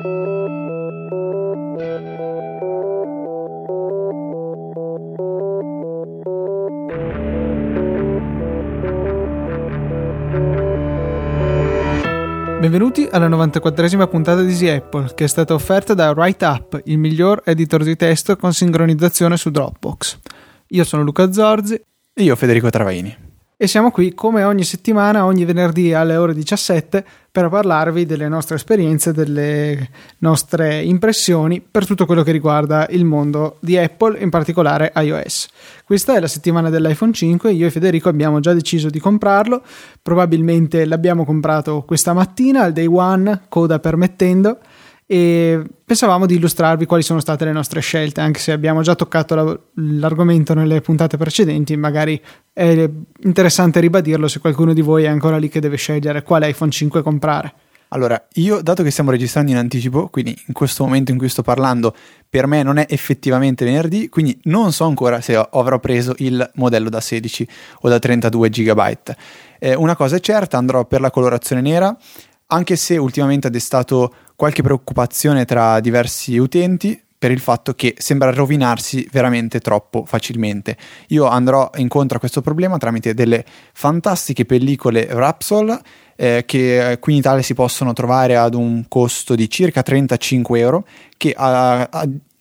Benvenuti alla 94esima puntata di Easy Apple, che è stata offerta da WriteUp, il miglior editor di testo con sincronizzazione su Dropbox. Io sono Luca Zorzi. E io Federico Travaini. E siamo qui come ogni settimana, ogni venerdì alle ore 17, per parlarvi delle nostre esperienze, delle nostre impressioni per tutto quello che riguarda il mondo di Apple, in particolare iOS. Questa è la settimana dell'iPhone 5, io e Federico abbiamo già deciso di comprarlo, probabilmente l'abbiamo comprato questa mattina, al day one, coda permettendo, e pensavamo di illustrarvi quali sono state le nostre scelte, anche se abbiamo già toccato l'argomento nelle puntate precedenti. Magari è interessante ribadirlo se qualcuno di voi è ancora lì che deve scegliere quale iPhone 5 comprare. Allora, io, dato che stiamo registrando in anticipo, quindi in questo momento in cui sto parlando, per me non è effettivamente venerdì, quindi non so ancora se avrò preso il modello da 16 o da 32 GB. Una cosa è certa, andrò per la colorazione nera, anche se ultimamente ha destato qualche preoccupazione tra diversi utenti per il fatto che sembra rovinarsi veramente troppo facilmente. Io andrò incontro a questo problema tramite delle fantastiche pellicole Rapsol che qui in Italia si possono trovare ad un costo di circa 35 euro, che a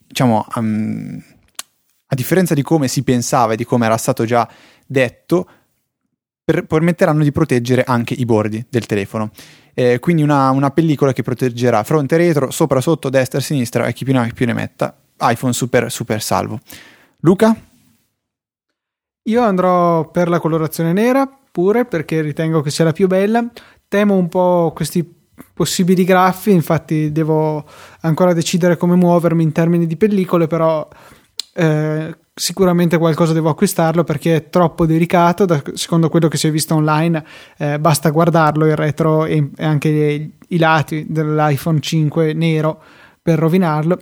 differenza di come si pensava e di come era stato già detto, permetteranno di proteggere anche i bordi del telefono. Quindi una pellicola che proteggerà fronte e retro, sopra, sotto, destra e sinistra, e chi più ne ha più ne metta. iPhone super salvo. Luca? Io andrò per la colorazione nera pure, perché ritengo che sia la più bella. Temo un po' questi possibili graffi, infatti devo ancora decidere come muovermi in termini di pellicole, però sicuramente qualcosa devo acquistarlo perché è troppo delicato. Secondo quello che si è visto online, basta guardarlo il retro e anche i lati dell'iPhone 5 nero per rovinarlo.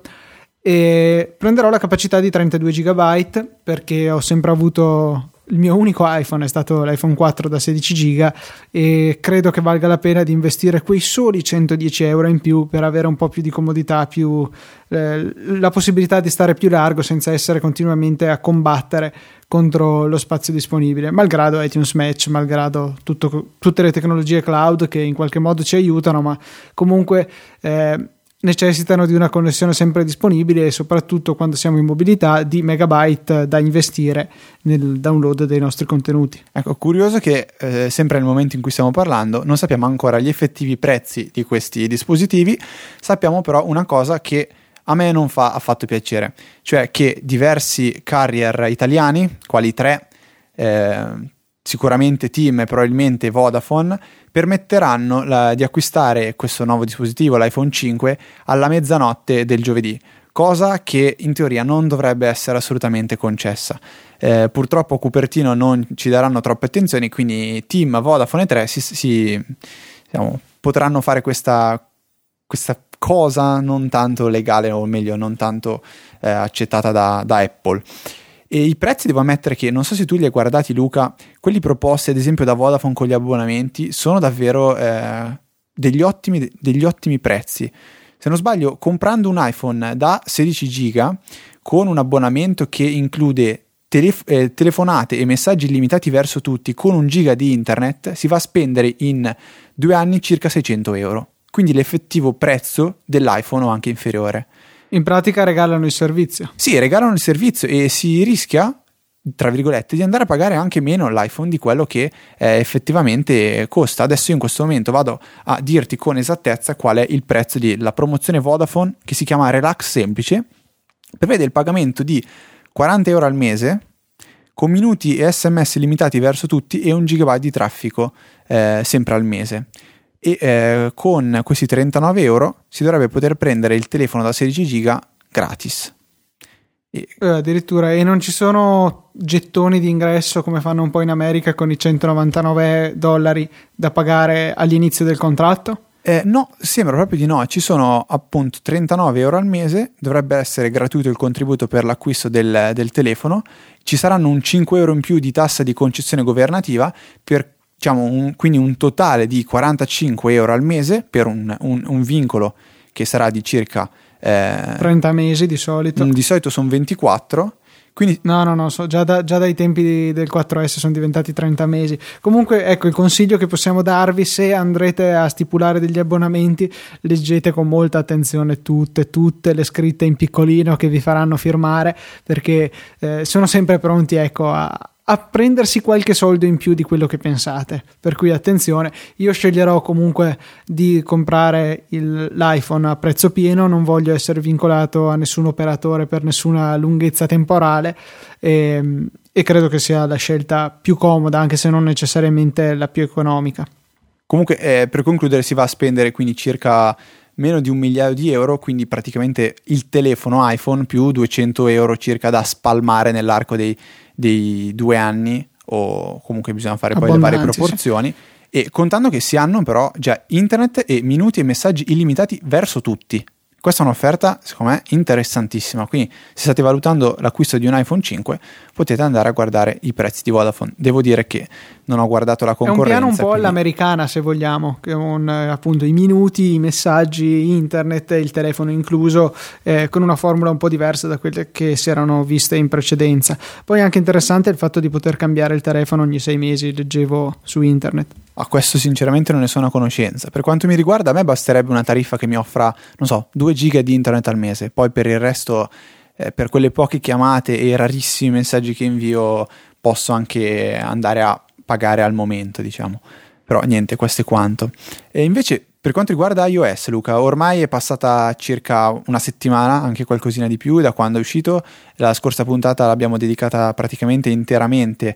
E prenderò la capacità di 32 GB perché ho sempre avuto, il mio unico iPhone è stato l'iPhone 4 da 16 GB e credo che valga la pena di investire quei soli 110 euro in più per avere un po' più di comodità, più la possibilità di stare più largo senza essere continuamente a combattere contro lo spazio disponibile, malgrado iTunes Match, malgrado tutte le tecnologie cloud che in qualche modo ci aiutano, ma comunque necessitano di una connessione sempre disponibile e soprattutto quando siamo in mobilità di megabyte da investire nel download dei nostri contenuti. Ecco, curioso che sempre nel momento in cui stiamo parlando non sappiamo ancora gli effettivi prezzi di questi dispositivi. Sappiamo però una cosa che a me non fa affatto piacere, cioè che diversi carrier italiani, quali 3, sicuramente TIM e probabilmente Vodafone, permetteranno di acquistare questo nuovo dispositivo, l'iPhone 5, alla mezzanotte del giovedì, cosa che in teoria non dovrebbe essere assolutamente concessa. Purtroppo a Cupertino non ci daranno troppe attenzioni, quindi TIM, Vodafone e 3 potranno fare questa cosa non tanto legale, o meglio non tanto accettata da Apple. E i prezzi, devo ammettere che, non so se tu li hai guardati, Luca, quelli proposti ad esempio da Vodafone con gli abbonamenti sono davvero degli ottimi prezzi. Se non sbaglio, comprando un iPhone da 16 giga con un abbonamento che include telefonate e messaggi illimitati verso tutti con 1 giga di internet, si va a spendere in 2 anni circa 600 euro. Quindi l'effettivo prezzo dell'iPhone o anche inferiore. In pratica regalano il servizio. Sì, regalano il servizio e si rischia, tra virgolette, di andare a pagare anche meno l'iPhone di quello che effettivamente costa. Adesso io in questo momento vado a dirti con esattezza qual è il prezzo della promozione Vodafone, che si chiama Relax Semplice, prevede il pagamento di 40 euro al mese con minuti e SMS limitati verso tutti e 1 GB di traffico sempre al mese. E con questi 39 euro si dovrebbe poter prendere il telefono da 16 giga gratis. Addirittura, e non ci sono gettoni di ingresso come fanno un po' in America con i $199 da pagare all'inizio del contratto? No, sembra proprio di no. Ci sono appunto 39 euro al mese, dovrebbe essere gratuito il contributo per l'acquisto del telefono, ci saranno un 5 euro in più di tassa di concessione governativa per quindi un totale di 45 euro al mese per un vincolo che sarà di circa 30 mesi di solito. Di solito sono 24. Quindi no, già dai tempi del 4S sono diventati 30 mesi. Comunque, ecco, il consiglio che possiamo darvi: se andrete a stipulare degli abbonamenti, leggete con molta attenzione tutte le scritte in piccolino che vi faranno firmare, perché sono sempre pronti, ecco, a prendersi qualche soldo in più di quello che pensate. Per cui attenzione. Io sceglierò comunque di comprare l'iPhone a prezzo pieno, non voglio essere vincolato a nessun operatore per nessuna lunghezza temporale, e credo che sia la scelta più comoda, anche se non necessariamente la più economica. Comunque, per concludere, si va a spendere quindi circa meno di €1.000.000, quindi praticamente il telefono iPhone più €200 circa da spalmare nell'arco dei 2 anni, o comunque bisogna fare poi le varie proporzioni, sì. E contando che si hanno però già internet e minuti e messaggi illimitati verso tutti. Questa è un'offerta, secondo me, interessantissima. Quindi, se state valutando l'acquisto di un iPhone 5, potete andare a guardare i prezzi di Vodafone. Devo dire che non ho guardato la concorrenza. È un piano un po' quindi all'americana, se vogliamo, con appunto i minuti, i messaggi, internet e il telefono incluso, con una formula un po' diversa da quelle che si erano viste in precedenza. Poi è anche interessante il fatto di poter cambiare il telefono ogni 6 mesi, leggevo su internet. A questo sinceramente non ne sono a conoscenza. Per quanto mi riguarda, a me basterebbe una tariffa che mi offra, non so, 2 giga di internet al mese. Poi per il resto, per quelle poche chiamate e rarissimi messaggi che invio, posso anche andare a pagare al momento, diciamo. Però niente, questo è quanto. E invece, per quanto riguarda iOS, Luca, ormai è passata circa una settimana, anche qualcosina di più, da quando è uscito. La scorsa puntata l'abbiamo dedicata praticamente interamente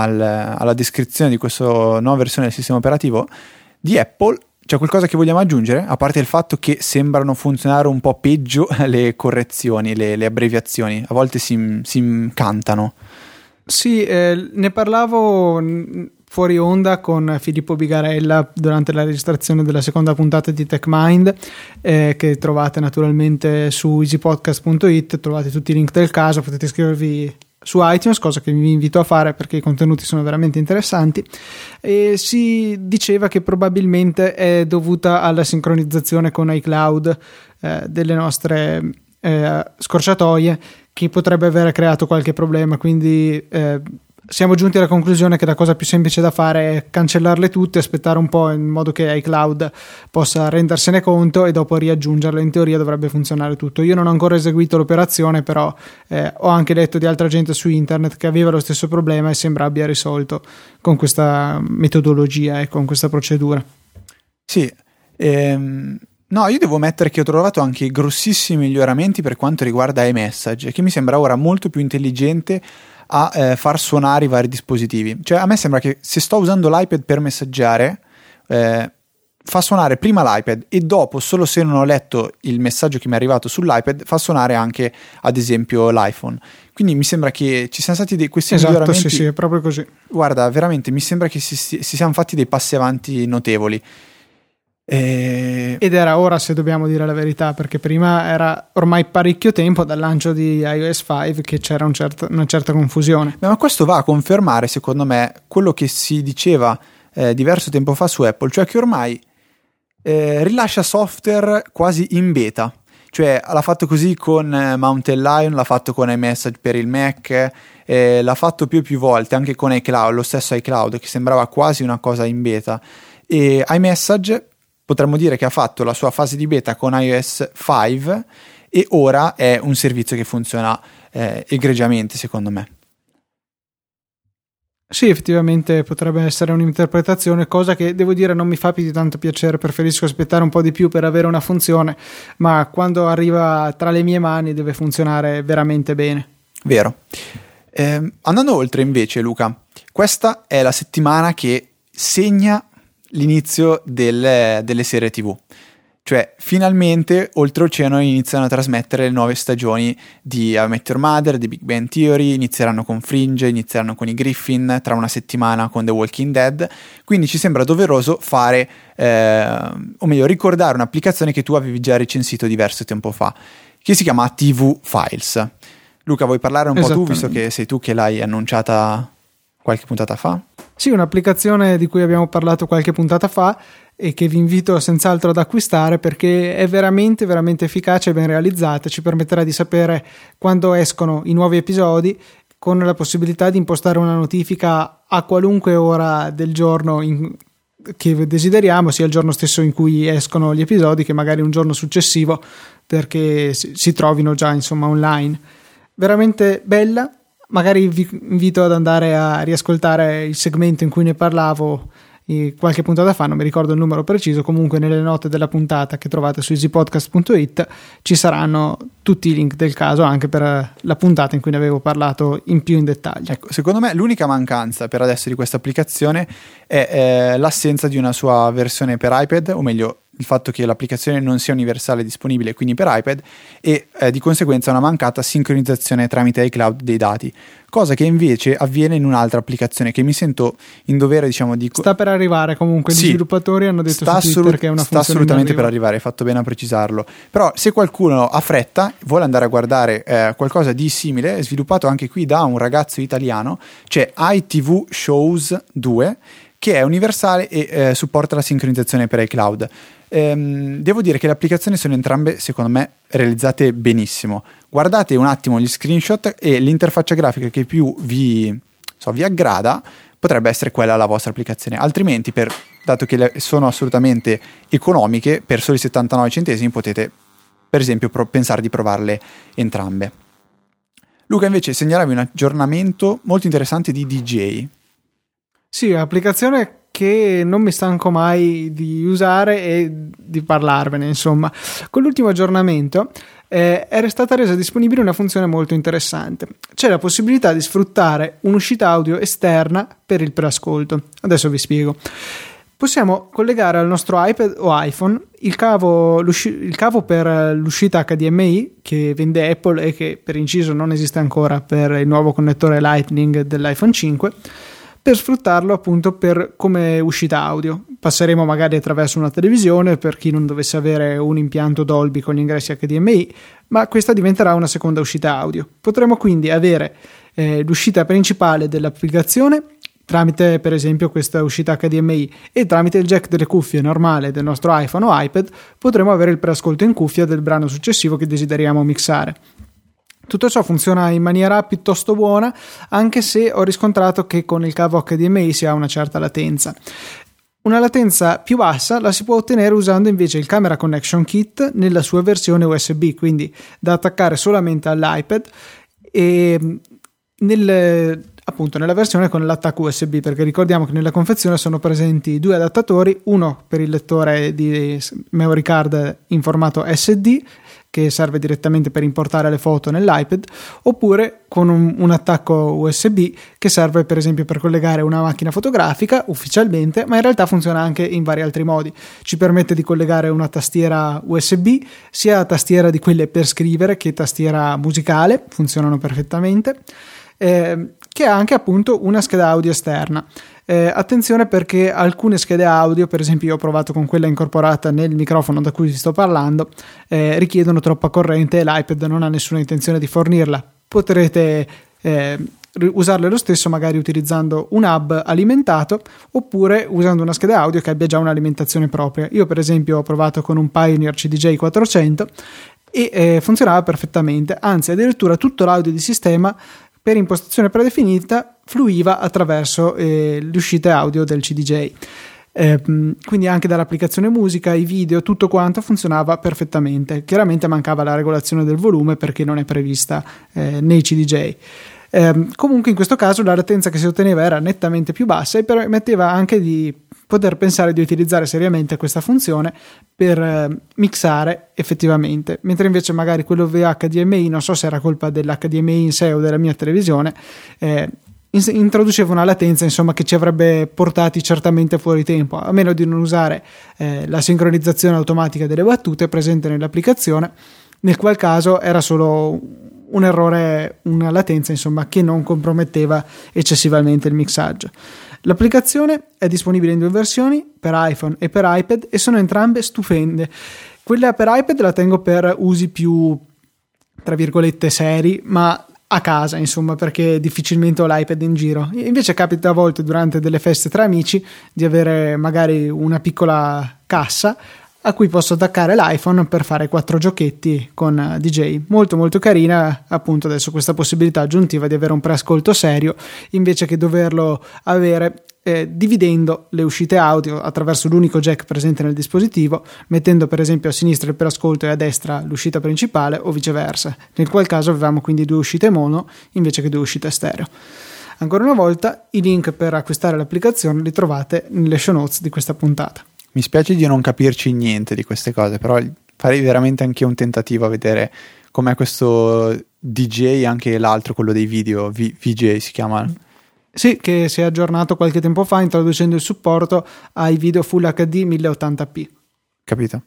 alla descrizione di questa nuova versione del sistema operativo di Apple. C'è qualcosa che vogliamo aggiungere? A parte il fatto che sembrano funzionare un po' peggio le correzioni, le abbreviazioni. A volte si incantano. Sì, ne parlavo fuori onda con Filippo Bigarella durante la registrazione della seconda puntata di TechMind, che trovate naturalmente su easypodcast.it, trovate tutti i link del caso, potete iscrivervi su iTunes, cosa che vi invito a fare perché i contenuti sono veramente interessanti. E si diceva che probabilmente è dovuta alla sincronizzazione con iCloud delle nostre scorciatoie, che potrebbe aver creato qualche problema, quindi siamo giunti alla conclusione che la cosa più semplice da fare è cancellarle tutte, aspettare un po' in modo che iCloud possa rendersene conto e dopo riaggiungerle. In teoria dovrebbe funzionare tutto. Io non ho ancora eseguito l'operazione, però ho anche letto di altra gente su internet che aveva lo stesso problema e sembra abbia risolto con questa metodologia e con questa procedura. Sì, no, io devo ammettere che ho trovato anche grossissimi miglioramenti per quanto riguarda iMessage, che mi sembra ora molto più intelligente a far suonare i vari dispositivi. Cioè, a me sembra che se sto usando l'iPad per messaggiare, fa suonare prima l'iPad e dopo, solo se non ho letto il messaggio che mi è arrivato sull'iPad, fa suonare anche ad esempio l'iPhone. Quindi mi sembra che ci siano stati questi miglioramenti. Sì, è proprio così. Guarda, veramente mi sembra che si siano fatti dei passi avanti notevoli. Ed era ora, se dobbiamo dire la verità, perché prima era ormai parecchio tempo dal lancio di iOS 5 che c'era una certa confusione. Ma questo va a confermare, secondo me, quello che si diceva diverso tempo fa su Apple, cioè che ormai rilascia software quasi in beta. Cioè l'ha fatto così con Mountain Lion, l'ha fatto con iMessage per il Mac, l'ha fatto più volte anche con iCloud, lo stesso iCloud, che sembrava quasi una cosa in beta. E iMessage potremmo dire che ha fatto la sua fase di beta con iOS 5 e ora è un servizio che funziona egregiamente, secondo me. Sì, effettivamente potrebbe essere un'interpretazione, cosa che devo dire non mi fa più di tanto piacere. Preferisco aspettare un po' di più per avere una funzione, ma quando arriva tra le mie mani deve funzionare veramente bene. Vero. Andando oltre invece, Luca, questa è la settimana che segna l'inizio delle serie TV. Cioè, finalmente, oltreoceano iniziano a trasmettere le nuove stagioni di How I Met Your Mother, di Big Bang Theory, inizieranno con Fringe, inizieranno con i Griffin, tra una settimana con The Walking Dead, quindi ci sembra doveroso fare, o meglio, ricordare un'applicazione che tu avevi già recensito diverso tempo fa, che si chiama TV Files. Luca, vuoi parlare un po' tu, visto che sei tu che l'hai annunciata qualche puntata fa? Sì, un'applicazione di cui abbiamo parlato qualche puntata fa e che vi invito senz'altro ad acquistare perché è veramente veramente efficace e ben realizzata. Ci permetterà di sapere quando escono i nuovi episodi, con la possibilità di impostare una notifica a qualunque ora del giorno che desideriamo, sia il giorno stesso in cui escono gli episodi che magari un giorno successivo, perché si trovino già insomma online. Veramente bella. Magari vi invito ad andare a riascoltare il segmento in cui ne parlavo qualche puntata fa, non mi ricordo il numero preciso. Comunque nelle note della puntata che trovate su easypodcast.it ci saranno tutti i link del caso, anche per la puntata in cui ne avevo parlato in più in dettaglio. Ecco, secondo me l'unica mancanza per adesso di questa applicazione è l'assenza di una sua versione per iPad, o meglio il fatto che l'applicazione non sia universale disponibile quindi per iPad, e di conseguenza una mancata sincronizzazione tramite iCloud dei dati, cosa che invece avviene in un'altra applicazione che mi sento in dovere, diciamo, di... Sta per arrivare comunque, sì, gli sviluppatori hanno detto su Twitter che è una funzione sta assolutamente per arrivare, hai fatto bene a precisarlo. Però se qualcuno ha fretta, vuole andare a guardare qualcosa di simile, sviluppato anche qui da un ragazzo italiano, c'è ITV Shows 2, che è universale e supporta la sincronizzazione per iCloud. Devo dire che le applicazioni sono entrambe, secondo me, realizzate benissimo. Guardate un attimo gli screenshot e l'interfaccia grafica che più vi aggrada potrebbe essere quella alla vostra applicazione. Altrimenti, dato che sono assolutamente economiche, per soli 79 centesimi potete, per esempio, pensare di provarle entrambe. Luca, invece, segnalavi un aggiornamento molto interessante di DJ. Sì, applicazione che non mi stanco mai di usare e di parlarvene, insomma. Con l'ultimo aggiornamento era stata resa disponibile una funzione molto interessante. C'è la possibilità di sfruttare un'uscita audio esterna per il preascolto. Adesso vi spiego. Possiamo collegare al nostro iPad o iPhone il cavo per l'uscita HDMI che vende Apple e che per inciso non esiste ancora per il nuovo connettore Lightning dell'iPhone 5, per sfruttarlo appunto come uscita audio. Passeremo magari attraverso una televisione per chi non dovesse avere un impianto Dolby con gli ingressi HDMI, ma questa diventerà una seconda uscita audio. Potremo quindi avere l'uscita principale dell'applicazione tramite per esempio questa uscita HDMI, e tramite il jack delle cuffie normale del nostro iPhone o iPad potremo avere il preascolto in cuffia del brano successivo che desideriamo mixare. Tutto ciò funziona in maniera piuttosto buona, anche se ho riscontrato che con il cavo HDMI si ha una certa latenza. Una latenza più bassa la si può ottenere usando invece il Camera Connection Kit nella sua versione USB, quindi da attaccare solamente all'iPad, e nella versione con l'attacco USB, perché ricordiamo che nella confezione sono presenti due adattatori, uno per il lettore di memory card in formato SD che serve direttamente per importare le foto nell'iPad, oppure con un attacco USB che serve per esempio per collegare una macchina fotografica ufficialmente, ma in realtà funziona anche in vari altri modi. Ci permette di collegare una tastiera USB, sia tastiera di quelle per scrivere che tastiera musicale, funzionano perfettamente, che ha anche appunto una scheda audio esterna. Attenzione, perché alcune schede audio, per esempio io ho provato con quella incorporata nel microfono da cui vi sto parlando, richiedono troppa corrente e l'iPad non ha nessuna intenzione di fornirla. Potrete usarle lo stesso magari utilizzando un hub alimentato oppure usando una scheda audio che abbia già un'alimentazione propria. Io per esempio ho provato con un Pioneer CDJ 400 e funzionava perfettamente, anzi addirittura tutto l'audio di sistema per impostazione predefinita fluiva attraverso le uscite audio del CDJ. Quindi anche dall'applicazione musica, i video, tutto quanto funzionava perfettamente. Chiaramente mancava la regolazione del volume perché non è prevista nei CDJ. Comunque in questo caso la latenza che si otteneva era nettamente più bassa e permetteva anche di poter pensare di utilizzare seriamente questa funzione per mixare effettivamente, mentre invece magari quello VHDMI, non so se era colpa dell'HDMI in sé o della mia televisione, introduceva una latenza insomma che ci avrebbe portati certamente fuori tempo, a meno di non usare la sincronizzazione automatica delle battute presente nell'applicazione, nel qual caso era solo un errore, una latenza insomma che non comprometteva eccessivamente il mixaggio. L'applicazione è disponibile in due versioni, per iPhone e per iPad, e sono entrambe stupende. Quella per iPad la tengo per usi più tra virgolette seri, ma a casa, insomma, perché difficilmente ho l'iPad in giro. Invece capita a volte durante delle feste tra amici di avere magari una piccola cassa a cui posso attaccare l'iPhone per fare 4 giochetti con DJ. Molto molto carina, appunto, adesso questa possibilità aggiuntiva di avere un preascolto serio invece che doverlo avere dividendo le uscite audio attraverso l'unico jack presente nel dispositivo, mettendo per esempio a sinistra il preascolto e a destra l'uscita principale o viceversa, nel qual caso avevamo quindi 2 uscite mono invece che 2 uscite stereo. Ancora una volta i link per acquistare l'applicazione li trovate nelle show notes di questa puntata. Mi spiace di non capirci niente di queste cose, però farei veramente anche un tentativo a vedere com'è questo DJ, anche l'altro, quello dei video, VJ si chiama. Sì, che si è aggiornato qualche tempo fa introducendo il supporto ai video Full HD 1080p. Capito?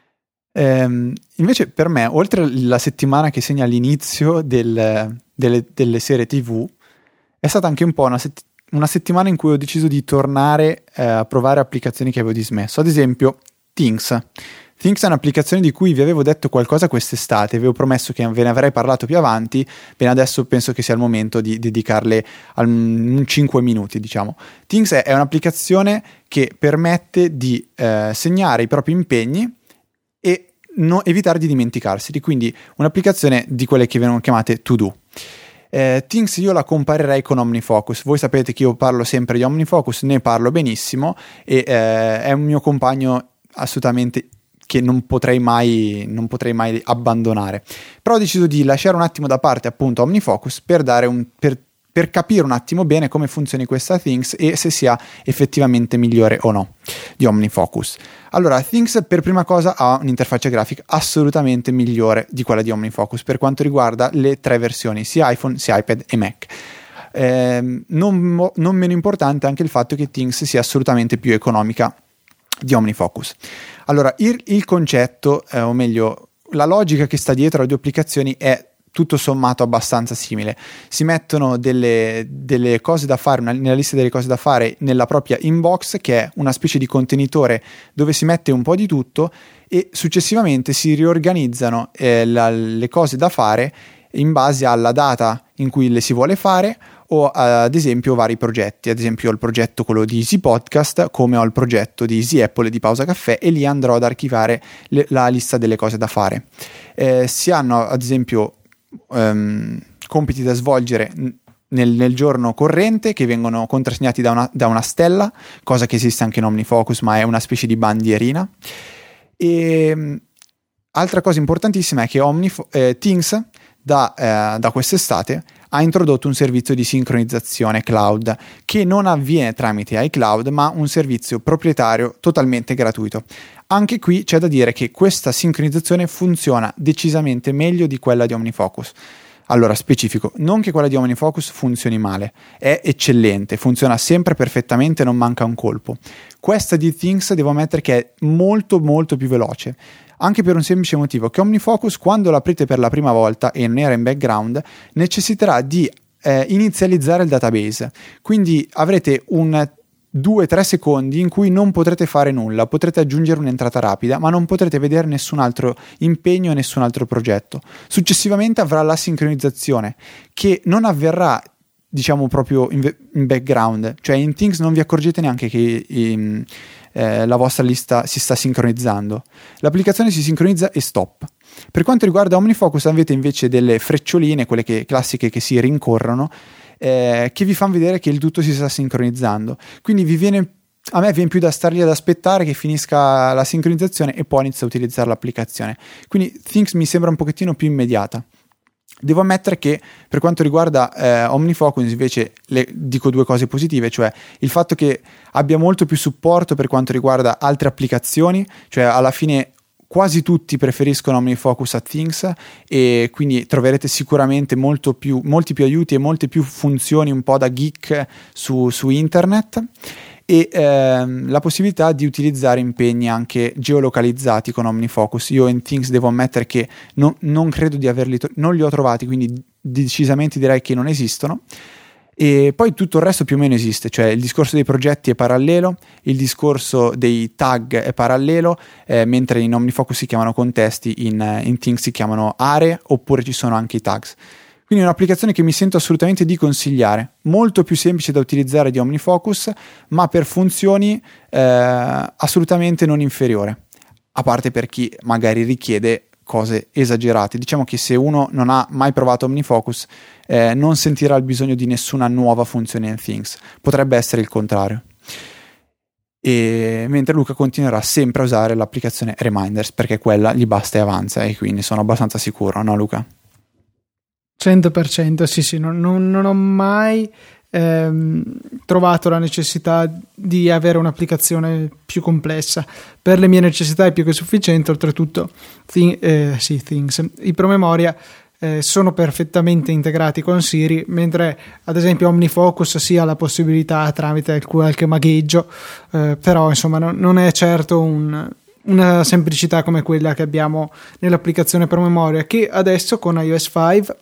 Invece per me, oltre la settimana che segna l'inizio delle serie TV, è stata anche un po' una settimana in cui ho deciso di tornare a provare applicazioni che avevo dismesso. Ad esempio, Things. Things è un'applicazione di cui vi avevo detto qualcosa quest'estate, avevo promesso che ve ne avrei parlato più avanti, bene adesso penso che sia il momento di dedicarle un 5 minuti, diciamo. Things è un'applicazione che permette di segnare i propri impegni e evitare di dimenticarseli, quindi un'applicazione di quelle che vengono chiamate to do. Things io la comparerei con OmniFocus. Voi sapete che io parlo sempre di OmniFocus, ne parlo benissimo e è un mio compagno assolutamente che non potrei mai abbandonare. Però ho deciso di lasciare un attimo da parte appunto OmniFocus per capire un attimo bene come funzioni questa Things e se sia effettivamente migliore o no di OmniFocus. Allora, Things per prima cosa ha un'interfaccia grafica assolutamente migliore di quella di OmniFocus per quanto riguarda le 3 versioni, sia iPhone, sia iPad e Mac. Non meno importante anche il fatto che Things sia assolutamente più economica di OmniFocus. Allora, il concetto, o meglio, la logica che sta dietro alle 2 applicazioni è tutto sommato abbastanza simile. Si mettono delle cose da fare, nella lista delle cose da fare nella propria inbox, che è una specie di contenitore dove si mette un po' di tutto e successivamente si riorganizzano le cose da fare in base alla data in cui le si vuole fare o ad esempio vari progetti. Ad esempio ho il progetto quello di Easy Podcast, come ho il progetto di Easy Apple e di Pausa Caffè, e lì andrò ad archivare la lista delle cose da fare. Si hanno ad esempio compiti da svolgere nel giorno corrente che vengono contrassegnati da una stella, cosa che esiste anche in OmniFocus ma è una specie di bandierina. E altra cosa importantissima è che Things da quest'estate ha introdotto un servizio di sincronizzazione cloud che non avviene tramite iCloud ma un servizio proprietario totalmente gratuito. Anche qui c'è da dire che questa sincronizzazione funziona decisamente meglio di quella di OmniFocus. Allora, specifico, non che quella di OmniFocus funzioni male, è eccellente, funziona sempre perfettamente, non manca un colpo. Questa di Things devo ammettere che è molto molto più veloce, anche per un semplice motivo, che OmniFocus quando l'aprite per la prima volta e non era in background necessiterà di inizializzare il database, quindi avrete un 2-3 secondi in cui non potrete fare nulla, potrete aggiungere un'entrata rapida ma non potrete vedere nessun altro impegno e nessun altro progetto. Successivamente avrà la sincronizzazione che non avverrà diciamo proprio in background, cioè in Things non vi accorgete neanche che la vostra lista si sta sincronizzando, l'applicazione si sincronizza e stop. Per quanto riguarda OmniFocus avete invece delle freccioline, quelle classiche che si rincorrono, che vi fanno vedere che il tutto si sta sincronizzando, quindi a me viene più da star lì ad aspettare che finisca la sincronizzazione e poi inizio a utilizzare l'applicazione, quindi Things mi sembra un pochettino più immediata. Devo ammettere che per quanto riguarda OmniFocus invece dico 2 cose positive, cioè il fatto che abbia molto più supporto per quanto riguarda altre applicazioni, cioè alla fine quasi tutti preferiscono OmniFocus a Things e quindi troverete sicuramente molti più aiuti e molte più funzioni un po' da geek su internet e la possibilità di utilizzare impegni anche geolocalizzati con OmniFocus. Io in Things devo ammettere che non credo di averli non li ho trovati, quindi decisamente direi che non esistono. E poi tutto il resto più o meno esiste, cioè il discorso dei progetti è parallelo, il discorso dei tag è parallelo, mentre in OmniFocus si chiamano contesti, in Things si chiamano aree oppure ci sono anche i tags. Quindi è un'applicazione che mi sento assolutamente di consigliare, molto più semplice da utilizzare di OmniFocus, ma per funzioni assolutamente non inferiore, a parte per chi magari richiede cose esagerate. Diciamo che se uno non ha mai provato OmniFocus non sentirà il bisogno di nessuna nuova funzione in Things, potrebbe essere il contrario. E mentre Luca continuerà sempre a usare l'applicazione Reminders, perché quella gli basta e avanza, e quindi sono abbastanza sicuro, no Luca? 100%, sì, non ho mai trovato la necessità di avere un'applicazione più complessa. Per le mie necessità è più che sufficiente. Oltretutto Things, i promemoria sono perfettamente integrati con Siri, mentre ad esempio OmniFocus sì ha la possibilità tramite qualche magheggio, però insomma non è certo una semplicità come quella che abbiamo nell'applicazione promemoria, che adesso con iOS 5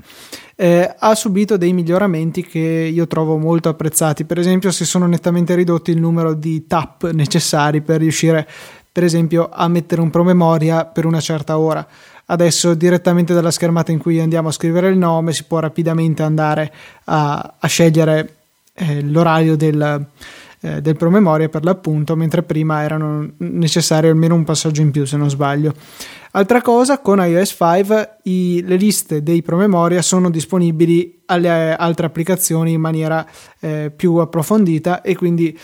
ha subito dei miglioramenti che io trovo molto apprezzati. Per esempio si sono nettamente ridotti il numero di tap necessari per riuscire per esempio a mettere un promemoria per una certa ora. Adesso direttamente dalla schermata in cui andiamo a scrivere il nome si può rapidamente andare a scegliere l'orario del promemoria per l'appunto, mentre prima erano necessari almeno un passaggio in più, se non sbaglio. Altra cosa, con iOS 5 le liste dei promemoria sono disponibili alle altre applicazioni in maniera più approfondita, e quindi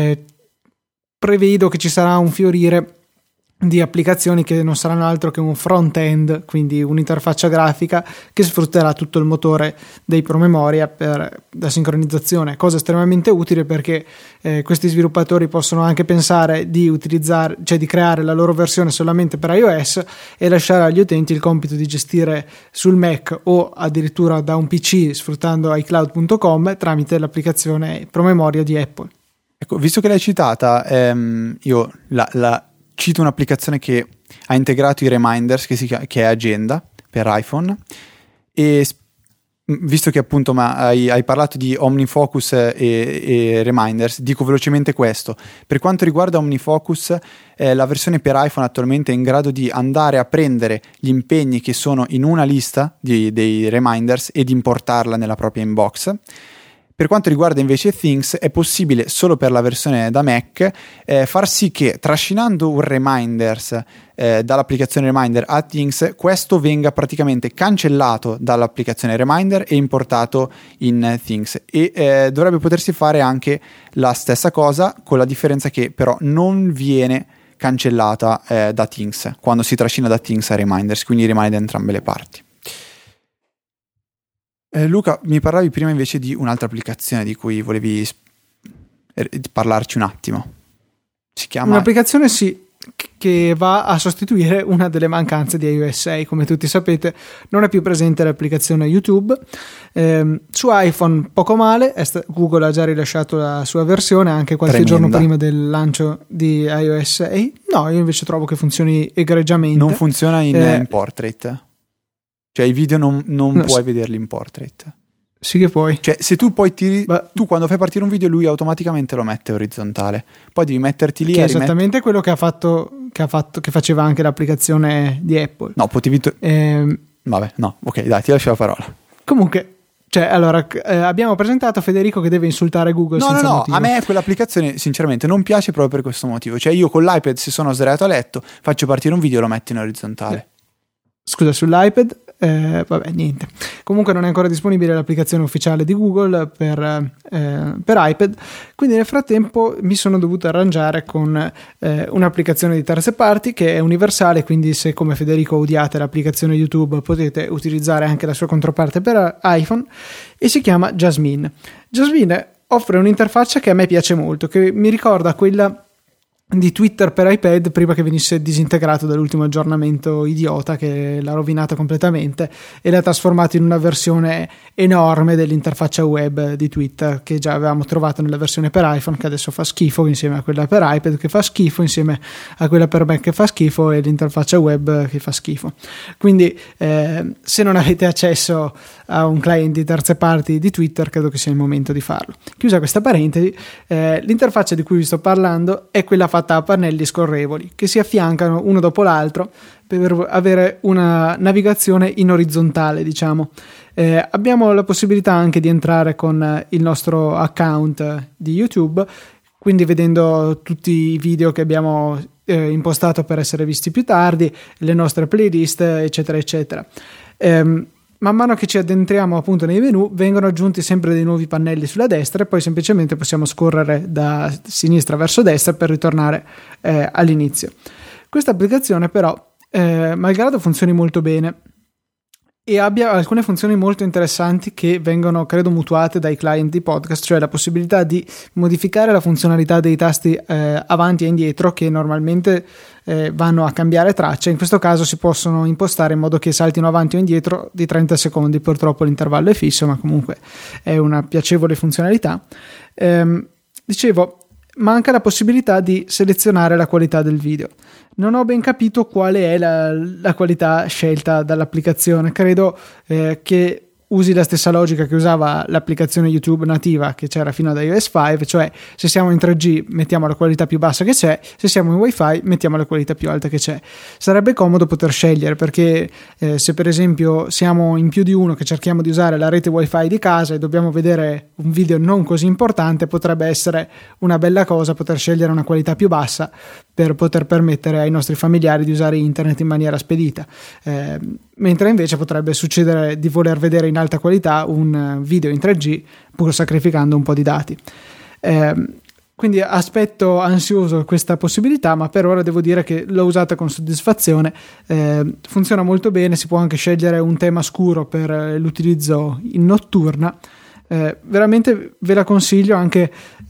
prevedo che ci sarà un fiorire di applicazioni che non saranno altro che un front-end, quindi un'interfaccia grafica che sfrutterà tutto il motore dei promemoria per la sincronizzazione, cosa estremamente utile perché questi sviluppatori possono anche pensare di utilizzare, cioè di creare la loro versione solamente per iOS e lasciare agli utenti il compito di gestire sul Mac o addirittura da un PC sfruttando iCloud.com tramite l'applicazione promemoria di Apple. Ecco, visto che l'hai citata, io la cito un'applicazione che ha integrato i reminders che è Agenda per iPhone, e visto che appunto hai parlato di OmniFocus e reminders, dico velocemente questo. Per quanto riguarda OmniFocus, la versione per iPhone attualmente è in grado di andare a prendere gli impegni che sono in una lista dei reminders e di importarla nella propria inbox. Per quanto riguarda invece Things, è possibile solo per la versione da Mac far sì che trascinando un reminders dall'applicazione Reminder a Things, questo venga praticamente cancellato dall'applicazione Reminder e importato in Things, e dovrebbe potersi fare anche la stessa cosa, con la differenza che però non viene cancellata da Things quando si trascina da Things a Reminders, quindi rimane da entrambe le parti. Luca, mi parlavi prima invece di un'altra applicazione di cui volevi parlarci un attimo. Si chiama... Un'applicazione che va a sostituire una delle mancanze di iOS 6. Come tutti sapete, non è più presente l'applicazione YouTube. Su iPhone poco male, Google ha già rilasciato la sua versione anche qualche giorno prima del lancio di iOS 6. No, io invece trovo che funzioni egregiamente. Non funziona in portrait? Cioè i video non puoi vederli in portrait? Sì che puoi. Cioè se tu poi tu quando fai partire un video lui automaticamente lo mette orizzontale, poi devi metterti lì che è esattamente quello che faceva anche l'applicazione di Apple. No, potevi vabbè, no, ok, dai, ti lascio la parola. Comunque, cioè, allora, abbiamo presentato Federico che deve insultare Google senza motivo. A me quell'applicazione sinceramente non piace proprio per questo motivo. Cioè io con l'iPad, se sono sdraiato a letto, faccio partire un video e lo metto in orizzontale. Scusa, sull'iPad vabbè, niente. Comunque non è ancora disponibile l'applicazione ufficiale di Google per iPad, quindi nel frattempo mi sono dovuto arrangiare con un'applicazione di terze parti che è universale, quindi se come Federico odiate l'applicazione YouTube potete utilizzare anche la sua controparte per iPhone, e si chiama Jasmine. Jasmine offre un'interfaccia che a me piace molto, che mi ricorda quella di Twitter per iPad prima che venisse disintegrato dall'ultimo aggiornamento idiota che l'ha rovinato completamente e l'ha trasformato in una versione enorme dell'interfaccia web di Twitter che già avevamo trovato nella versione per iPhone, che adesso fa schifo insieme a quella per iPad che fa schifo insieme a quella per Mac che fa schifo e l'interfaccia web che fa schifo. Quindi se non avete accesso a un client di terze parti di Twitter, credo che sia il momento di farlo. Chiusa questa parentesi, l'interfaccia di cui vi sto parlando è quella fatta fatta a pannelli scorrevoli che si affiancano uno dopo l'altro per avere una navigazione in orizzontale, diciamo. Abbiamo la possibilità anche di entrare con il nostro account di YouTube, quindi vedendo tutti i video che abbiamo impostato per essere visti più tardi, le nostre playlist, eccetera eccetera. Man mano che ci addentriamo appunto nei menu, vengono aggiunti sempre dei nuovi pannelli sulla destra e poi semplicemente possiamo scorrere da sinistra verso destra per ritornare all'inizio. Questa applicazione però, malgrado funzioni molto bene e abbia alcune funzioni molto interessanti che vengono, credo, mutuate dai client di podcast, cioè la possibilità di modificare la funzionalità dei tasti avanti e indietro che normalmente vanno a cambiare traccia. In questo caso si possono impostare in modo che saltino avanti o indietro di 30 secondi. Purtroppo l'intervallo è fisso, ma comunque è una piacevole funzionalità. Dicevo, manca la possibilità di selezionare la qualità del video. Non ho ben capito quale è la qualità scelta dall'applicazione. Credo che usi la stessa logica che usava l'applicazione YouTube nativa che c'era fino ad iOS 5, cioè se siamo in 3G mettiamo la qualità più bassa che c'è, se siamo in Wi-Fi mettiamo la qualità più alta che c'è. Sarebbe comodo poter scegliere, perché se per esempio siamo in più di uno che cerchiamo di usare la rete Wi-Fi di casa e dobbiamo vedere un video non così importante, potrebbe essere una bella cosa poter scegliere una qualità più bassa per poter permettere ai nostri familiari di usare internet in maniera spedita, mentre invece potrebbe succedere di voler vedere in alta qualità un video in 3G pur sacrificando un po' di dati. Quindi aspetto ansioso questa possibilità, ma per ora devo dire che l'ho usata con soddisfazione. Funziona molto bene, si può anche scegliere un tema scuro per l'utilizzo in notturna. Veramente ve la consiglio, anche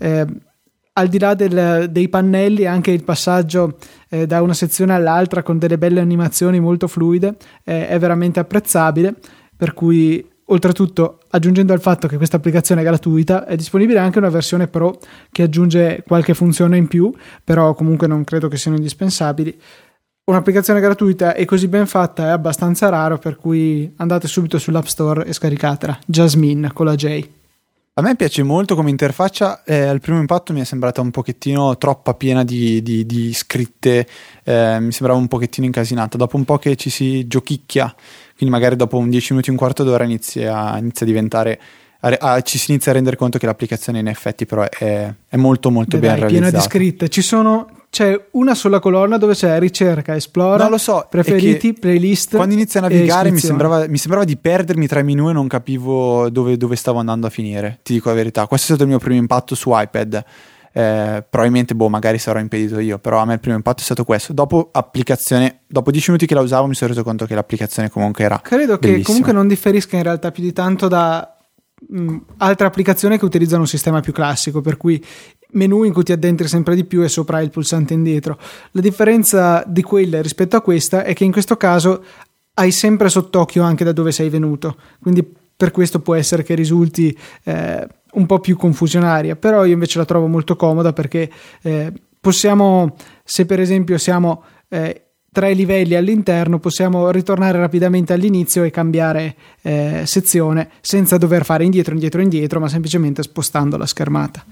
al di là dei pannelli, anche il passaggio da una sezione all'altra con delle belle animazioni molto fluide è veramente apprezzabile, per cui oltretutto, aggiungendo al fatto che questa applicazione è gratuita, è disponibile anche una versione Pro che aggiunge qualche funzione in più, però comunque non credo che siano indispensabili. Un'applicazione gratuita e così ben fatta è abbastanza raro, per cui andate subito sull'App Store e scaricatela. Jasmine con la J. A me piace molto come interfaccia, al primo impatto mi è sembrata un pochettino troppa piena di scritte, mi sembrava un pochettino incasinata. Dopo un po' che ci si giochicchia, quindi magari dopo un 10 minuti, un quarto d'ora inizia a diventare, ci si inizia a rendere conto che l'applicazione in effetti però è molto molto ben realizzata. Piena di scritte, c'è una sola colonna dove c'è ricerca, esplora, no, lo so, preferiti, playlist. Quando inizia a navigare mi sembrava di perdermi tra i menu e non capivo dove stavo andando a finire, ti dico la verità. Questo è stato il mio primo impatto su iPad. Probabilmente magari sarò impedito io, però a me il primo impatto è stato questo. Dopo 10 minuti che la usavo mi sono reso conto che l'applicazione comunque era credo bellissima. Che comunque non differisca in realtà più di tanto da altre applicazioni che utilizzano un sistema più classico, per cui menu in cui ti addentri sempre di più e sopra il pulsante indietro. La differenza di quelle rispetto a questa è che in questo caso hai sempre sott'occhio anche da dove sei venuto, quindi per questo può essere che risulti un po' più confusionaria, però io invece la trovo molto comoda, perché possiamo, se per esempio siamo 3 livelli all'interno, possiamo ritornare rapidamente all'inizio e cambiare sezione senza dover fare indietro, ma semplicemente spostando la schermata.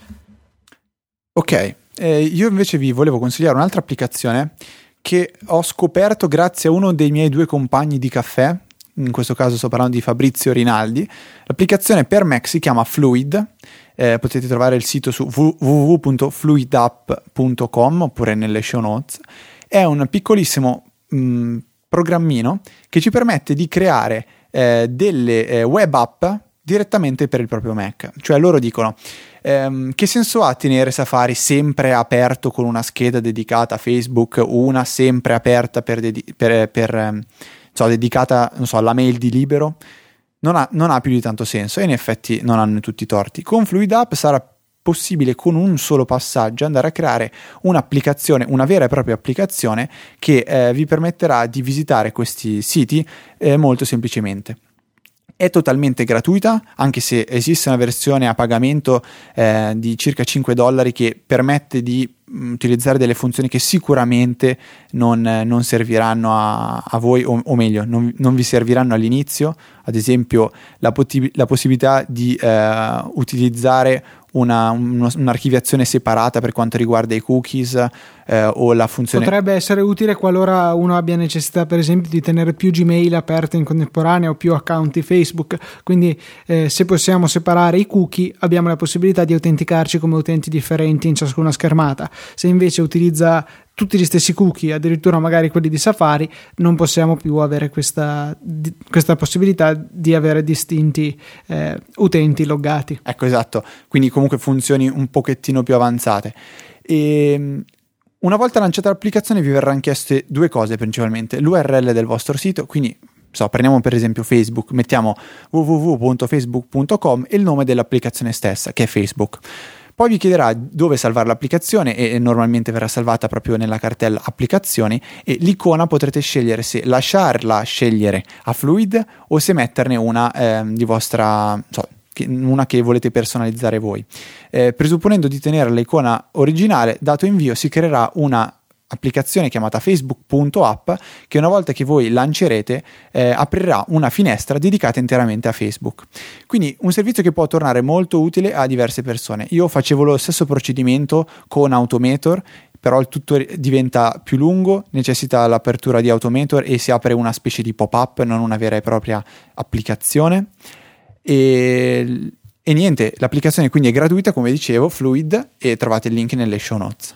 Ok, io invece vi volevo consigliare un'altra applicazione che ho scoperto grazie a uno dei miei 2 compagni di caffè. In questo caso sto parlando di Fabrizio Rinaldi. L'applicazione per Mac si chiama Fluid, potete trovare il sito su www.fluidapp.com oppure nelle show notes. È un piccolissimo programmino che ci permette di creare delle web app direttamente per il proprio Mac. Cioè loro dicono che senso ha tenere Safari sempre aperto con una scheda dedicata a Facebook, una sempre aperta dedicata, non so, alla mail di Libero? Non ha più di tanto senso, e in effetti non hanno tutti i torti. Con Fluid App sarà possibile con un solo passaggio andare a creare un'applicazione, una vera e propria applicazione che vi permetterà di visitare questi siti molto semplicemente. È totalmente gratuita, anche se esiste una versione a pagamento di circa $5 che permette di utilizzare delle funzioni che sicuramente non serviranno a voi, o meglio, non vi serviranno all'inizio. Ad esempio la possibilità di utilizzare un'archiviazione separata per quanto riguarda i cookies, o la funzione. Potrebbe essere utile qualora uno abbia necessità, per esempio, di tenere più Gmail aperte in contemporanea o più account Facebook. Quindi se possiamo separare i cookie, abbiamo la possibilità di autenticarci come utenti differenti in ciascuna schermata. Se invece utilizza tutti gli stessi cookie, addirittura magari quelli di Safari, non possiamo più avere questa possibilità di avere distinti utenti loggati. Ecco, esatto, quindi comunque funzioni un pochettino più avanzate. E una volta lanciata l'applicazione vi verranno chieste due cose principalmente: l'URL del vostro sito, quindi prendiamo per esempio Facebook, mettiamo www.facebook.com e il nome dell'applicazione stessa, che è Facebook. Poi vi chiederà dove salvare l'applicazione e normalmente verrà salvata proprio nella cartella applicazioni, e l'icona potrete scegliere se lasciarla scegliere a Fluid o se metterne una di vostra, una che volete personalizzare voi. Presupponendo di tenere l'icona originale, dato invio si creerà una applicazione chiamata facebook.app che una volta che voi lancerete aprirà una finestra dedicata interamente a Facebook. Quindi un servizio che può tornare molto utile a diverse persone. Io facevo lo stesso procedimento con Automator, però il tutto diventa più lungo, necessita l'apertura di Automator e si apre una specie di pop-up, non una vera e propria applicazione. E niente, l'applicazione quindi è gratuita, come dicevo, Fluid, e trovate il link nelle show notes.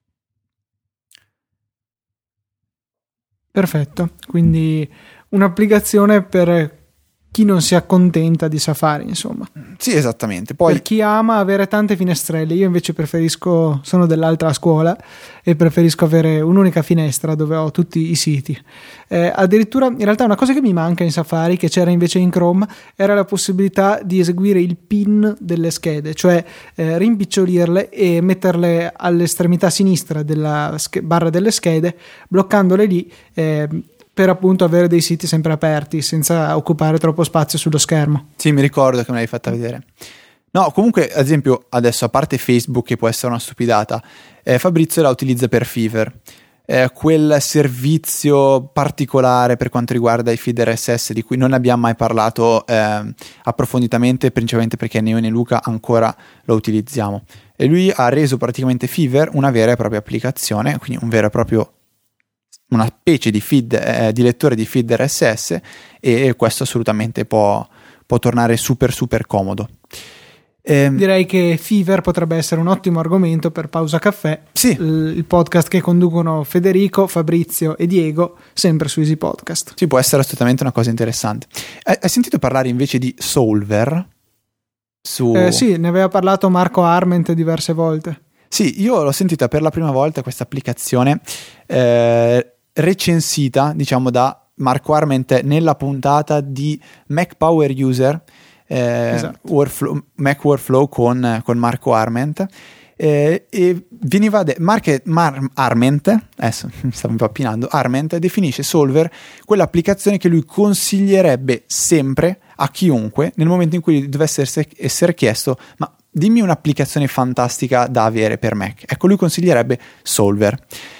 Perfetto, quindi un'applicazione per chi non si accontenta di Safari, insomma. Sì, esattamente. Poi per chi ama avere tante finestrelle. Io invece sono dell'altra scuola e preferisco avere un'unica finestra dove ho tutti i siti. Addirittura, in realtà, una cosa che mi manca in Safari, che c'era invece in Chrome, era la possibilità di eseguire il pin delle schede, cioè rimpicciolirle e metterle all'estremità sinistra della barra delle schede, bloccandole lì, per appunto avere dei siti sempre aperti senza occupare troppo spazio sullo schermo. Sì, mi ricordo che me l'hai fatta vedere. No, comunque, ad esempio, adesso, a parte Facebook, che può essere una stupidata, Fabrizio la utilizza per Fever, quel servizio particolare per quanto riguarda i feed RSS di cui non abbiamo mai parlato approfonditamente, principalmente perché né io né Luca ancora lo utilizziamo. E lui ha reso praticamente Fever una vera e propria applicazione, quindi un vero e proprio una specie di feed, di lettore di feed RSS, e questo assolutamente può tornare super super comodo. Direi che Fever potrebbe essere un ottimo argomento per Pausa Caffè, sì. Il podcast che conducono Federico, Fabrizio e Diego, sempre su Easy Podcast. Sì, può essere assolutamente una cosa interessante. Hai sentito parlare invece di Solver? Sì, ne aveva parlato Marco Arment diverse volte. Sì, io l'ho sentita per la prima volta questa applicazione recensita, diciamo, da Marco Arment nella puntata di Mac Power User, esatto. Mac Workflow con Marco Arment, e veniva Arment, adesso mi stavo impappinando, Arment definisce Solver quell'applicazione che lui consiglierebbe sempre a chiunque nel momento in cui dovesse essere chiesto: ma dimmi un'applicazione fantastica da avere per Mac. Ecco, lui consiglierebbe Solver.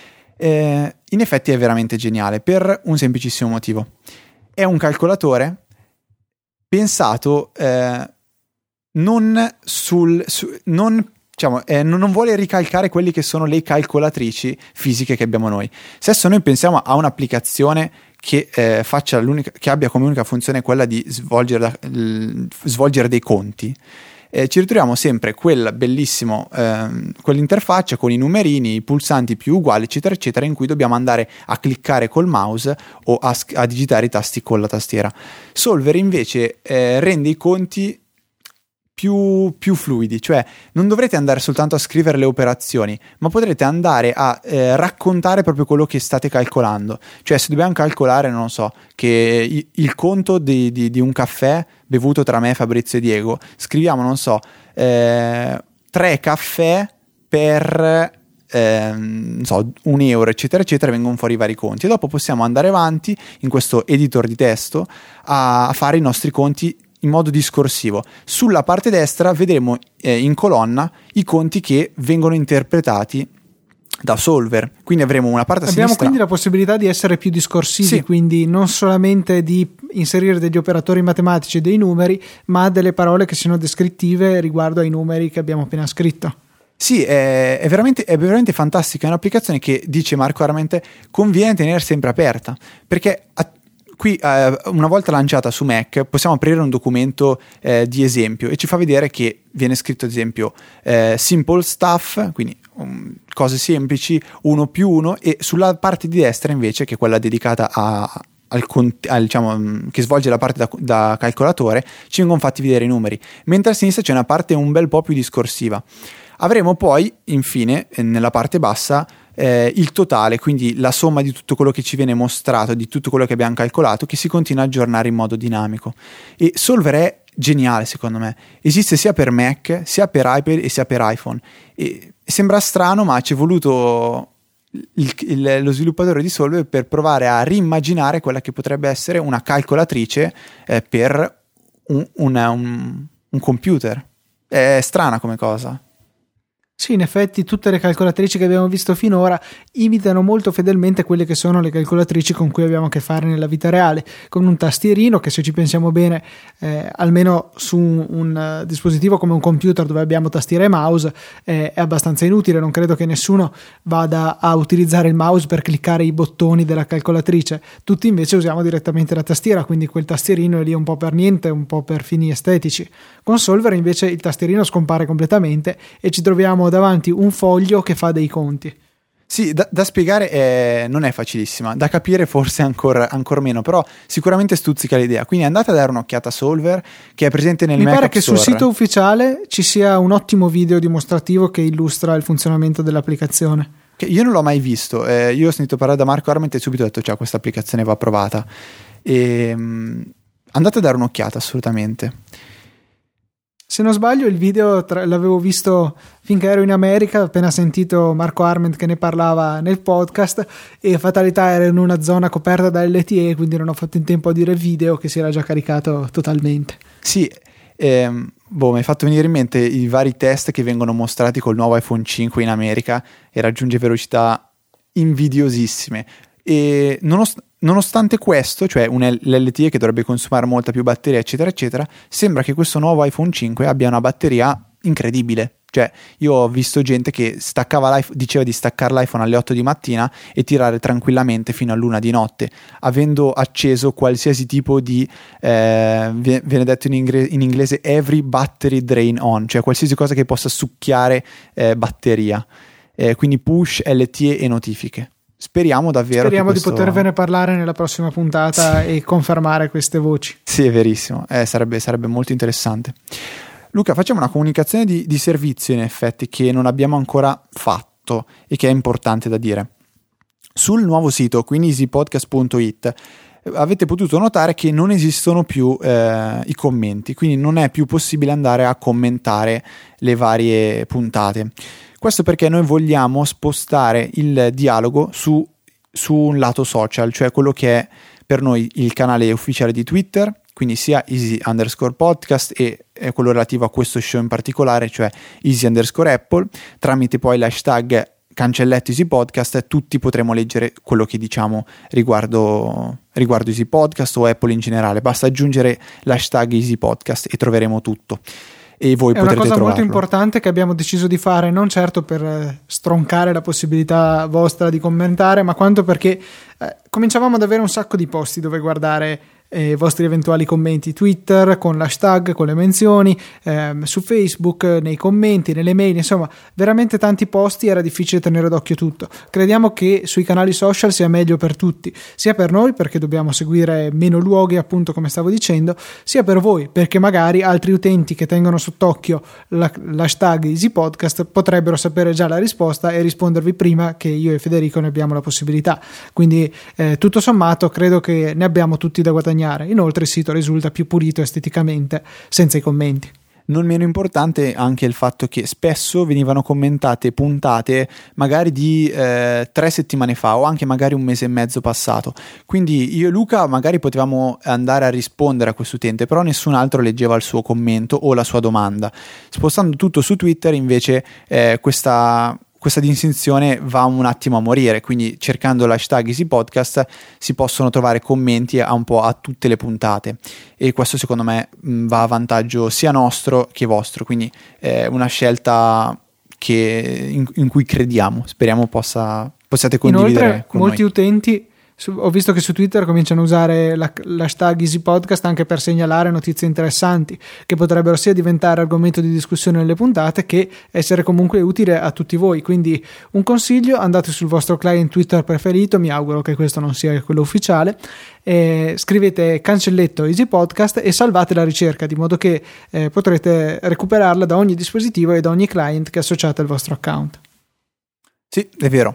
In effetti è veramente geniale per un semplicissimo motivo: è un calcolatore pensato non vuole ricalcare quelli che sono le calcolatrici fisiche che abbiamo noi. Se adesso noi pensiamo a un'applicazione che che abbia come unica funzione quella di svolgere dei conti, ci ritroviamo sempre quel bellissimo quell'interfaccia con i numerini, i pulsanti più uguali, eccetera eccetera, in cui dobbiamo andare a cliccare col mouse o a digitare i tasti con la tastiera. Solver invece rende i conti più fluidi, cioè non dovrete andare soltanto a scrivere le operazioni, ma potrete andare a raccontare proprio quello che state calcolando. Cioè, se dobbiamo calcolare, non so, che il conto di un caffè bevuto tra me, Fabrizio e Diego, scriviamo, non so, 3 caffè per non so, €1, eccetera eccetera, vengono fuori i vari conti, e dopo possiamo andare avanti in questo editor di testo a fare i nostri conti in modo discorsivo. Sulla parte destra vedremo in colonna i conti che vengono interpretati da Solver, quindi avremo una parte a sinistra. Abbiamo quindi la possibilità di essere più discorsivi, sì. Quindi non solamente di inserire degli operatori matematici e dei numeri, ma delle parole che siano descrittive riguardo ai numeri che abbiamo appena scritto. Sì, è veramente fantastica, è un'applicazione che, dice Marco Arment, conviene tenere sempre aperta, perché qui una volta lanciata su Mac possiamo aprire un documento di esempio e ci fa vedere che viene scritto ad esempio simple stuff, quindi cose semplici, 1+1, e sulla parte di destra invece, che è quella dedicata diciamo, che svolge la parte da calcolatore, ci vengono fatti vedere i numeri, mentre a sinistra c'è una parte un bel po' più discorsiva. Avremo poi infine nella parte bassa il totale, quindi la somma di tutto quello che ci viene mostrato, di tutto quello che abbiamo calcolato, che si continua a aggiornare in modo dinamico. E Solver è geniale, secondo me. Esiste sia per Mac, sia per iPad e sia per iPhone. E sembra strano, ma ci è voluto lo sviluppatore di Solver per provare a rimmaginare quella che potrebbe essere una calcolatrice per un computer. È strana come cosa. Sì, in effetti tutte le calcolatrici che abbiamo visto finora imitano molto fedelmente quelle che sono le calcolatrici con cui abbiamo a che fare nella vita reale, con un tastierino che, se ci pensiamo bene, almeno su un dispositivo come un computer dove abbiamo tastiera e mouse, è abbastanza inutile. Non credo che nessuno vada a utilizzare il mouse per cliccare i bottoni della calcolatrice. Tutti invece usiamo direttamente la tastiera, quindi quel tastierino è lì un po' per niente, un po' per fini estetici. Con Solver invece il tastierino scompare completamente e ci troviamo davanti un foglio che fa dei conti. Sì, da spiegare non è facilissima, da capire forse ancora meno, però sicuramente stuzzica l'idea. Quindi andate a dare un'occhiata a Solver, che è presente nel Mac App Store. Mi pare che sul sito ufficiale ci sia un ottimo video dimostrativo che illustra il funzionamento dell'applicazione. Che io non l'ho mai visto, io ho sentito parlare da Marco Arment e subito ho detto, questa applicazione va provata. Andate a dare un'occhiata, assolutamente. Se non sbaglio il video l'avevo visto finché ero in America, appena sentito Marco Arment che ne parlava nel podcast, e fatalità era in una zona coperta da LTE, quindi non ho fatto in tempo a dire video che si era già caricato totalmente. Sì, mi hai fatto venire in mente i vari test che vengono mostrati col nuovo iPhone 5 in America e raggiunge velocità invidiosissime. E nonostante questo, cioè l'LTE che dovrebbe consumare molta più batteria, eccetera eccetera, sembra che questo nuovo iPhone 5 abbia una batteria incredibile. Cioè, io ho visto gente che diceva di staccare l'iPhone alle 8 di mattina e tirare tranquillamente fino all'1 di notte, avendo acceso qualsiasi tipo di viene detto in inglese every battery drain on, cioè qualsiasi cosa che possa succhiare batteria, quindi push, LTE e notifiche. Speriamo di potervene parlare nella prossima puntata, sì, e confermare queste voci. Sì, è verissimo, sarebbe molto interessante. Luca, facciamo una comunicazione di servizio, in effetti, che non abbiamo ancora fatto e che è importante da dire. Sul nuovo sito, quindi easypodcast.it, avete potuto notare che non esistono più i commenti, quindi non è più possibile andare a commentare le varie puntate. Questo perché noi vogliamo spostare il dialogo su un lato social, cioè quello che è per noi il canale ufficiale di Twitter, quindi sia easy_podcast e quello relativo a questo show in particolare, cioè easy_apple, tramite poi l'hashtag cancelletto Easy Podcast tutti potremo leggere quello che diciamo riguardo Easy Podcast o Apple in generale. Basta aggiungere l'hashtag Easy Podcast e troveremo tutto. E voi potrete trovarlo. È una cosa molto importante che abbiamo deciso di fare, non certo per stroncare la possibilità vostra di commentare, ma quanto perché cominciavamo ad avere un sacco di posti dove guardare i vostri eventuali commenti, Twitter con l'hashtag, con le menzioni, su Facebook, nei commenti, nelle mail, insomma veramente tanti posti, era difficile tenere d'occhio tutto. Crediamo che sui canali social sia meglio per tutti, sia per noi perché dobbiamo seguire meno luoghi, appunto come stavo dicendo, sia per voi perché magari altri utenti che tengono sott'occhio l'hashtag EasyPodcast potrebbero sapere già la risposta e rispondervi prima che io e Federico ne abbiamo la possibilità. Quindi tutto sommato credo che ne abbiamo tutti da guadagnare. Inoltre il sito risulta più pulito esteticamente senza i commenti. Non meno importante anche il fatto che spesso venivano commentate puntate magari di 3 settimane fa o anche magari un mese e mezzo passato, quindi io e Luca magari potevamo andare a rispondere a questo utente, però nessun altro leggeva il suo commento o la sua domanda. Spostando tutto su Twitter invece questa distinzione va un attimo a morire, quindi cercando l'hashtag EasyPodcast si possono trovare commenti un po' a tutte le puntate e questo secondo me va a vantaggio sia nostro che vostro, quindi è una scelta in cui crediamo. Speriamo possiate condividere. Inoltre, con molti noi. utenti, ho visto che su Twitter cominciano a usare l'hashtag EasyPodcast anche per segnalare notizie interessanti che potrebbero sia diventare argomento di discussione nelle puntate che essere comunque utile a tutti voi. Quindi un consiglio: andate sul vostro client Twitter preferito, mi auguro che questo non sia quello ufficiale, scrivete cancelletto EasyPodcast e salvate la ricerca, di modo che potrete recuperarla da ogni dispositivo e da ogni client che associate al vostro account. Sì, è vero.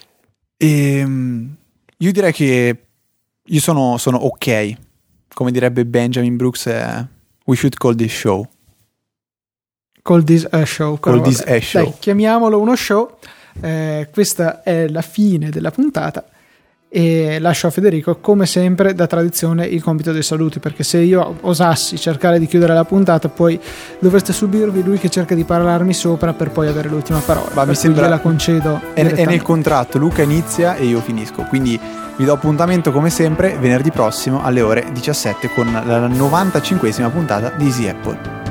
Io direi che io sono ok, come direbbe Benjamin Brooks, we should call this show. Call this a show. Call this a show. Dai, chiamiamolo uno show. Questa è la fine della puntata e lascio a Federico, come sempre, da tradizione, il compito dei saluti, perché se io osassi cercare di chiudere la puntata poi dovreste subirvi lui che cerca di parlarmi sopra per poi avere l'ultima parola. Ma mi sembra la concedo è nel contratto, Luca inizia e io finisco, quindi vi do appuntamento come sempre venerdì prossimo alle ore 17 con la 95esima puntata di Easy Apple.